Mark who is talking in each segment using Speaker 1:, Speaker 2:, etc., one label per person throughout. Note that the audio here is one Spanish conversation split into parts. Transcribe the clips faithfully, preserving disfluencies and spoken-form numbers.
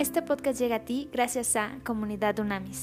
Speaker 1: Este podcast llega a ti gracias a Comunidad Dunamis.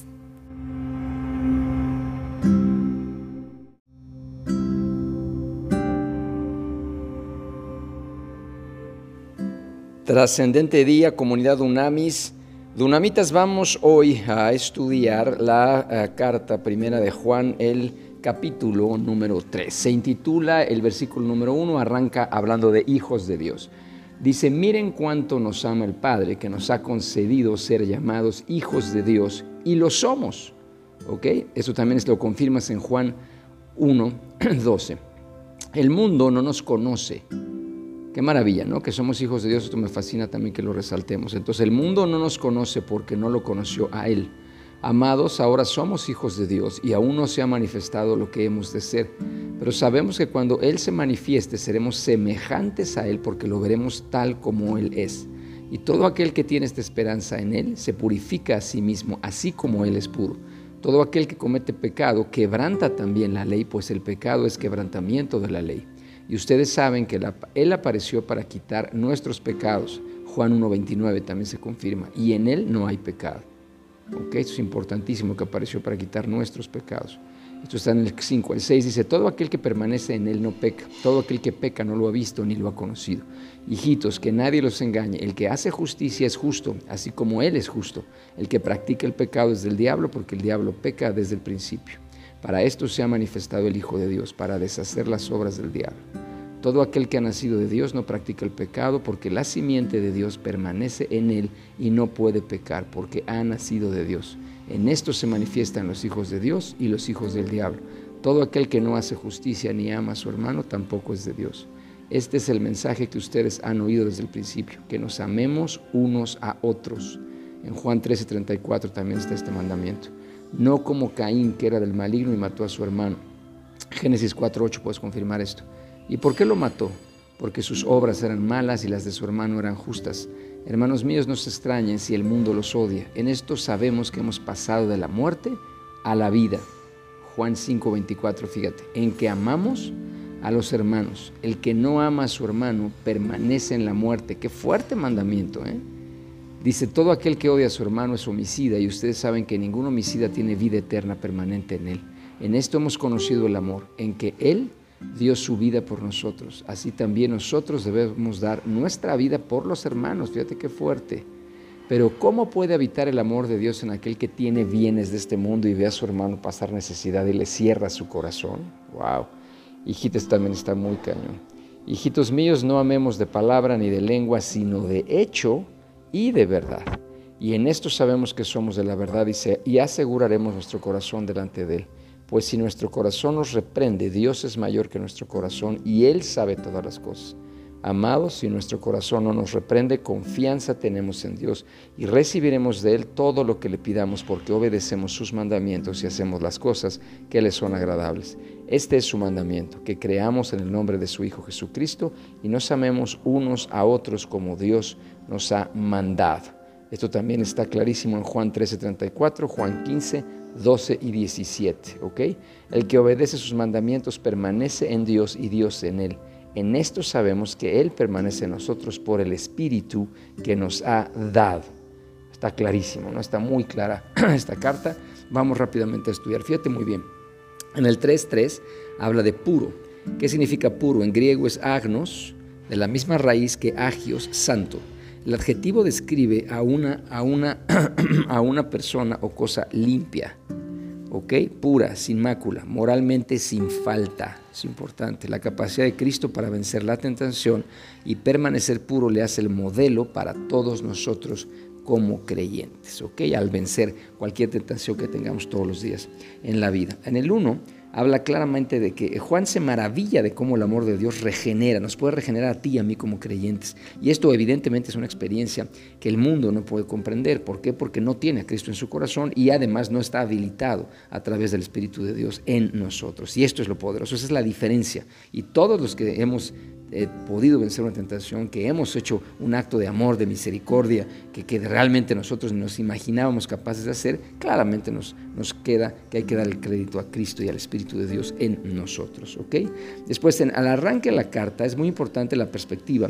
Speaker 2: Trascendente día, Comunidad Dunamis. Dunamitas, vamos hoy a estudiar la uh, carta primera de Juan, el capítulo número tres. Se intitula, el versículo número uno, arranca hablando de hijos de Dios. Dice, miren cuánto nos ama el Padre, que nos ha concedido ser llamados hijos de Dios, y lo somos. ¿Ok? Eso también lo confirmas en Juan uno, doce. El mundo no nos conoce. Qué maravilla, ¿no? Que somos hijos de Dios, esto me fascina también que lo resaltemos. Entonces, el mundo no nos conoce porque no lo conoció a Él. Amados, ahora somos hijos de Dios y aún no se ha manifestado lo que hemos de ser. Pero sabemos que cuando Él se manifieste, seremos semejantes a Él porque lo veremos tal como Él es. Y todo aquel que tiene esta esperanza en Él se purifica a sí mismo, así como Él es puro. Todo aquel que comete pecado quebranta también la ley, pues el pecado es quebrantamiento de la ley. Y ustedes saben que la, Él apareció para quitar nuestros pecados. Juan uno veintinueve también se confirma. Y en Él no hay pecado. ¿Okay? Esto es importantísimo, que apareció para quitar nuestros pecados. Esto está en el cinco. El seis dice, todo aquel que permanece en Él no peca. Todo aquel que peca no lo ha visto ni lo ha conocido. Hijitos, que nadie los engañe. El que hace justicia es justo, así como Él es justo. El que practica el pecado es del diablo, porque el diablo peca desde el principio. Para esto se ha manifestado el Hijo de Dios, para deshacer las obras del diablo. Todo aquel que ha nacido de Dios no practica el pecado, porque la simiente de Dios permanece en él y no puede pecar, porque ha nacido de Dios. En esto se manifiestan los hijos de Dios y los hijos del diablo. Todo aquel que no hace justicia ni ama a su hermano tampoco es de Dios. Este es el mensaje que ustedes han oído desde el principio, que nos amemos unos a otros. En Juan trece treinta y cuatro también está este mandamiento. No como Caín, que era del maligno y mató a su hermano. Génesis cuatro ocho puedes confirmar esto. ¿Y por qué lo mató? Porque sus obras eran malas y las de su hermano eran justas. Hermanos míos, no se extrañen si el mundo los odia. En esto sabemos que hemos pasado de la muerte a la vida. Juan cinco veinticuatro, fíjate, en que amamos a los hermanos. El que no ama a su hermano permanece en la muerte. Qué fuerte mandamiento, ¿eh? Dice, todo aquel que odia a su hermano es homicida, y ustedes saben que ningún homicida tiene vida eterna permanente en él. En esto hemos conocido el amor, en que Él dio su vida por nosotros. Así también nosotros debemos dar nuestra vida por los hermanos. Fíjate qué fuerte. Pero ¿cómo puede habitar el amor de Dios en aquel que tiene bienes de este mundo y ve a su hermano pasar necesidad y le cierra su corazón? Wow. Hijitos, también está muy cañón. Hijitos míos, no amemos de palabra ni de lengua, sino de hecho y de verdad. Y en esto sabemos que somos de la verdad y, se, y aseguraremos nuestro corazón delante de Él. Pues si nuestro corazón nos reprende, Dios es mayor que nuestro corazón y Él sabe todas las cosas. Amados, si nuestro corazón no nos reprende, confianza tenemos en Dios y recibiremos de Él todo lo que le pidamos, porque obedecemos sus mandamientos y hacemos las cosas que le son agradables. Este es su mandamiento, que creamos en el nombre de su Hijo Jesucristo y nos amemos unos a otros como Dios nos ha mandado. Esto también está clarísimo en Juan trece treinta y cuatro, Juan quince, doce y diecisiete. ¿Ok? El que obedece sus mandamientos permanece en Dios y Dios en él. En esto sabemos que Él permanece en nosotros por el Espíritu que nos ha dado. Está clarísimo, ¿no? Está muy clara esta carta. Vamos rápidamente a estudiar. Fíjate muy bien. En el tres tres habla de puro. ¿Qué significa puro? En griego es agnos, de la misma raíz que agios, santo. El adjetivo describe a una, a una, a una persona o cosa limpia, ¿ok? Pura, sin mácula, moralmente sin falta. Es importante. La capacidad de Cristo para vencer la tentación y permanecer puro le hace el modelo para todos nosotros como creyentes, ¿ok? Al vencer cualquier tentación que tengamos todos los días en la vida. En el uno habla claramente de que Juan se maravilla de cómo el amor de Dios regenera, nos puede regenerar a ti y a mí como creyentes. Y esto evidentemente es una experiencia que el mundo no puede comprender. ¿Por qué? Porque no tiene a Cristo en su corazón y además no está habilitado a través del Espíritu de Dios en nosotros. Y esto es lo poderoso, esa es la diferencia. Y todos los que hemos eh, podido vencer una tentación, que hemos hecho un acto de amor, de misericordia, que, que realmente nosotros nos imaginábamos capaces de hacer, claramente nos, nos queda que hay que dar el crédito a Cristo y al Espíritu de Dios en nosotros, ¿ok? Después, en, al arranque de la carta, es muy importante la perspectiva.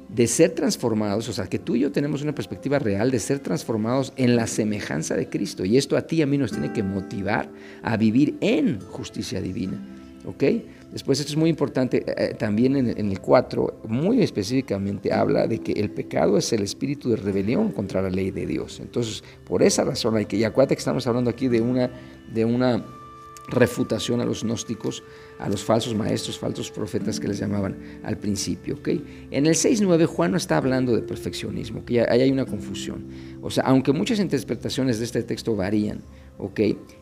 Speaker 2: de ser transformados, o sea, que tú y yo tenemos una perspectiva real de ser transformados en la semejanza de Cristo. Y esto a ti y a mí nos tiene que motivar a vivir en justicia divina, ¿ok? Después, esto es muy importante, eh, también en, en el cuatro, muy específicamente habla de que el pecado es el espíritu de rebelión contra la ley de Dios. Entonces, por esa razón hay que, y acuérdate que estamos hablando aquí de una, de una refutación a los gnósticos, a los falsos maestros, falsos profetas que les llamaban al principio, ¿ok? En el seis nueve Juan no está hablando de perfeccionismo, que ahí hay una confusión. O sea, aunque muchas interpretaciones de este texto varían, ¿ok?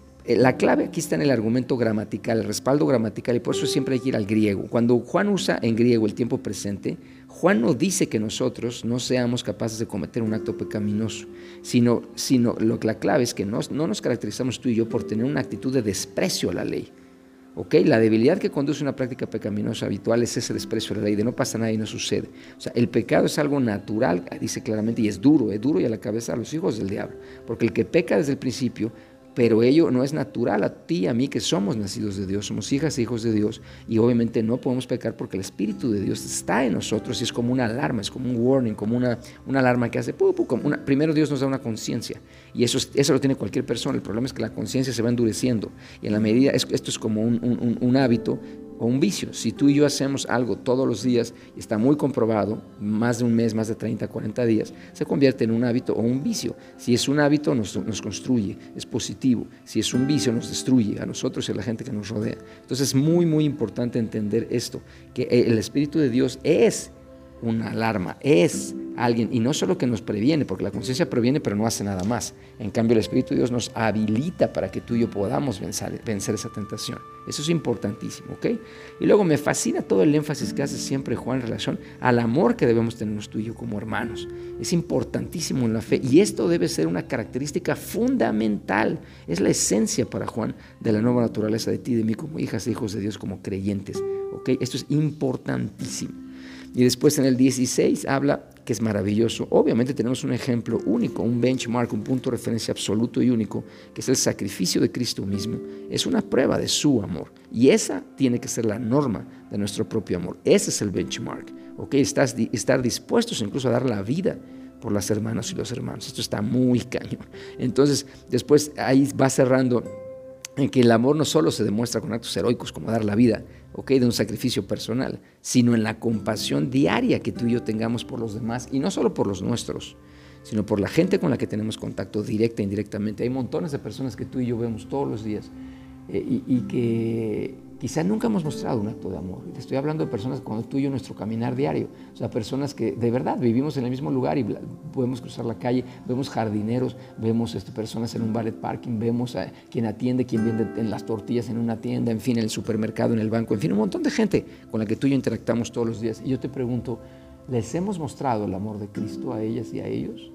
Speaker 2: La clave aquí está en el argumento gramatical, el respaldo gramatical, y por eso siempre hay que ir al griego. Cuando Juan usa en griego el tiempo presente, Juan no dice que nosotros no seamos capaces de cometer un acto pecaminoso, sino, sino lo que la clave es que no, no nos caracterizamos tú y yo por tener una actitud de desprecio a la ley. ¿Okay? La debilidad que conduce a una práctica pecaminosa habitual es ese desprecio a la ley, de no pasa nada y no sucede. O sea, el pecado es algo natural, dice claramente, y es duro, es duro y a la cabeza a los hijos del diablo, porque el que peca desde el principio, pero ello no es natural a ti y a mí que somos nacidos de Dios, somos hijas e hijos de Dios, y obviamente no podemos pecar porque el Espíritu de Dios está en nosotros y es como una alarma, es como un warning, como una, una alarma que hace, pu, pu, como una, primero Dios nos da una conciencia, y eso, eso lo tiene cualquier persona. El problema es que la conciencia se va endureciendo, y en la medida, es, esto es como un, un, un hábito o un vicio. Si tú y yo hacemos algo todos los días, y está muy comprobado, más de un mes, más de treinta, cuarenta días, se convierte en un hábito o un vicio. Si es un hábito, nos, nos construye, es positivo. Si es un vicio, nos destruye a nosotros y a la gente que nos rodea. Entonces es muy, muy importante entender esto, que el Espíritu de Dios es una alarma, es alguien, y no solo que nos previene, porque la conciencia previene pero no hace nada más. En cambio el Espíritu de Dios nos habilita para que tú y yo podamos vencer, vencer esa tentación. Eso es importantísimo, ¿ok? Y luego me fascina todo el énfasis que hace siempre Juan en relación al amor que debemos tener tú y yo como hermanos. Es importantísimo en la fe, y esto debe ser una característica fundamental, es la esencia para Juan de la nueva naturaleza de ti y de mí como hijas e hijos de Dios, como creyentes, ¿ok? Esto es importantísimo. Y después en el dieciséis habla que es maravilloso. Obviamente tenemos un ejemplo único, un benchmark, un punto de referencia absoluto y único, que es el sacrificio de Cristo mismo. Es una prueba de su amor, y esa tiene que ser la norma de nuestro propio amor. Ese es el benchmark, ¿ok? Estás, estar dispuestos incluso a dar la vida por las hermanas y los hermanos. Esto está muy cañón. Entonces, después ahí va cerrando en que el amor no solo se demuestra con actos heroicos como dar la vida, ¿okay? De un sacrificio personal, sino en la compasión diaria que tú y yo tengamos por los demás, y no solo por los nuestros, sino por la gente con la que tenemos contacto directa e indirectamente. Hay montones de personas que tú y yo vemos todos los días eh, y, y que quizá nunca hemos mostrado un acto de amor. Te estoy hablando de personas cuando tú y yo nuestro caminar diario, o sea, personas que de verdad vivimos en el mismo lugar y podemos cruzar la calle, vemos jardineros, vemos este, personas en un valet parking, vemos a quien atiende, quien vende en las tortillas en una tienda, en fin, en el supermercado, en el banco, en fin, un montón de gente con la que tú y yo interactuamos todos los días. Y yo te pregunto, ¿les hemos mostrado el amor de Cristo a ellas y a ellos?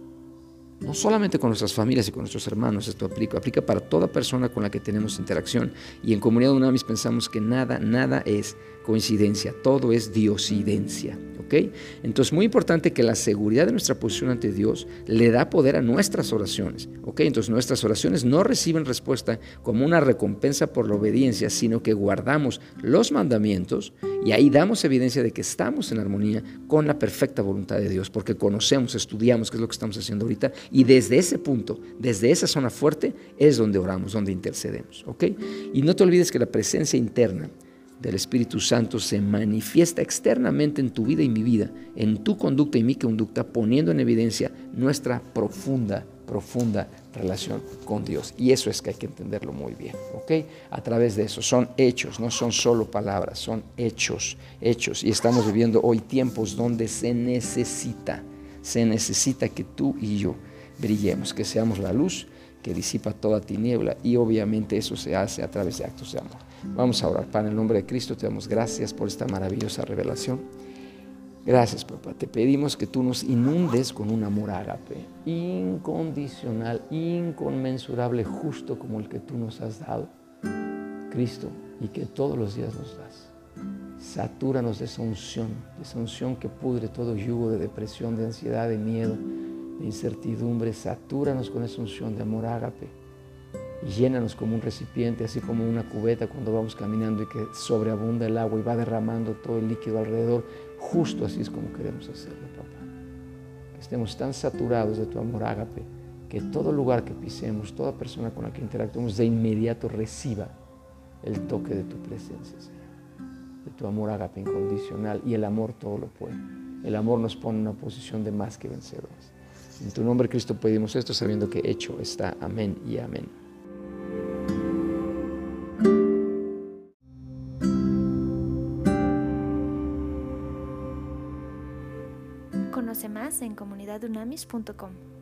Speaker 2: No solamente con nuestras familias y con nuestros hermanos, esto aplica, aplica para toda persona con la que tenemos interacción. Y en Comunidad Unamis pensamos que nada, nada es coincidencia, todo es diosidencia, ¿ok? Entonces, muy importante que la seguridad de nuestra posición ante Dios le da poder a nuestras oraciones, ¿ok? Entonces, nuestras oraciones no reciben respuesta como una recompensa por la obediencia, sino que guardamos los mandamientos y ahí damos evidencia de que estamos en armonía con la perfecta voluntad de Dios, porque conocemos, estudiamos, que es lo que estamos haciendo ahorita, y desde ese punto, desde esa zona fuerte, es donde oramos, donde intercedemos, ¿ok? Y no te olvides que la presencia interna del Espíritu Santo se manifiesta externamente en tu vida y mi vida, en tu conducta y mi conducta, poniendo en evidencia nuestra profunda, profunda relación con Dios. Y eso es que hay que entenderlo muy bien, ¿ok? A través de eso, son hechos, no son solo palabras, son hechos, hechos. Y estamos viviendo hoy tiempos donde se necesita, se necesita que tú y yo brillemos, que seamos la luz que disipa toda tiniebla, y obviamente eso se hace a través de actos de amor. Vamos a orar. Padre, en el nombre de Cristo te damos gracias por esta maravillosa revelación. Gracias, papá. Te pedimos que tú nos inundes con un amor ágape, incondicional, inconmensurable, justo como el que tú nos has dado, Cristo, y que todos los días nos das. Satúranos de esa unción, de esa unción que pudre todo yugo de depresión, de ansiedad, de miedo, de incertidumbre. Satúranos con esa unción de amor ágape, y llénanos como un recipiente, así como una cubeta cuando vamos caminando y que sobreabunda el agua y va derramando todo el líquido alrededor. Justo así es como queremos hacerlo, papá. Que estemos tan saturados de tu amor ágape, que todo lugar que pisemos, toda persona con la que interactuemos, de inmediato reciba el toque de tu presencia, Señor, de tu amor ágape incondicional. Y el amor todo lo puede. El amor nos pone en una posición de más que vencedores. En tu nombre, Cristo, pedimos esto sabiendo que hecho está. Amén y amén.
Speaker 1: Conoce más en comunidad unamis punto com.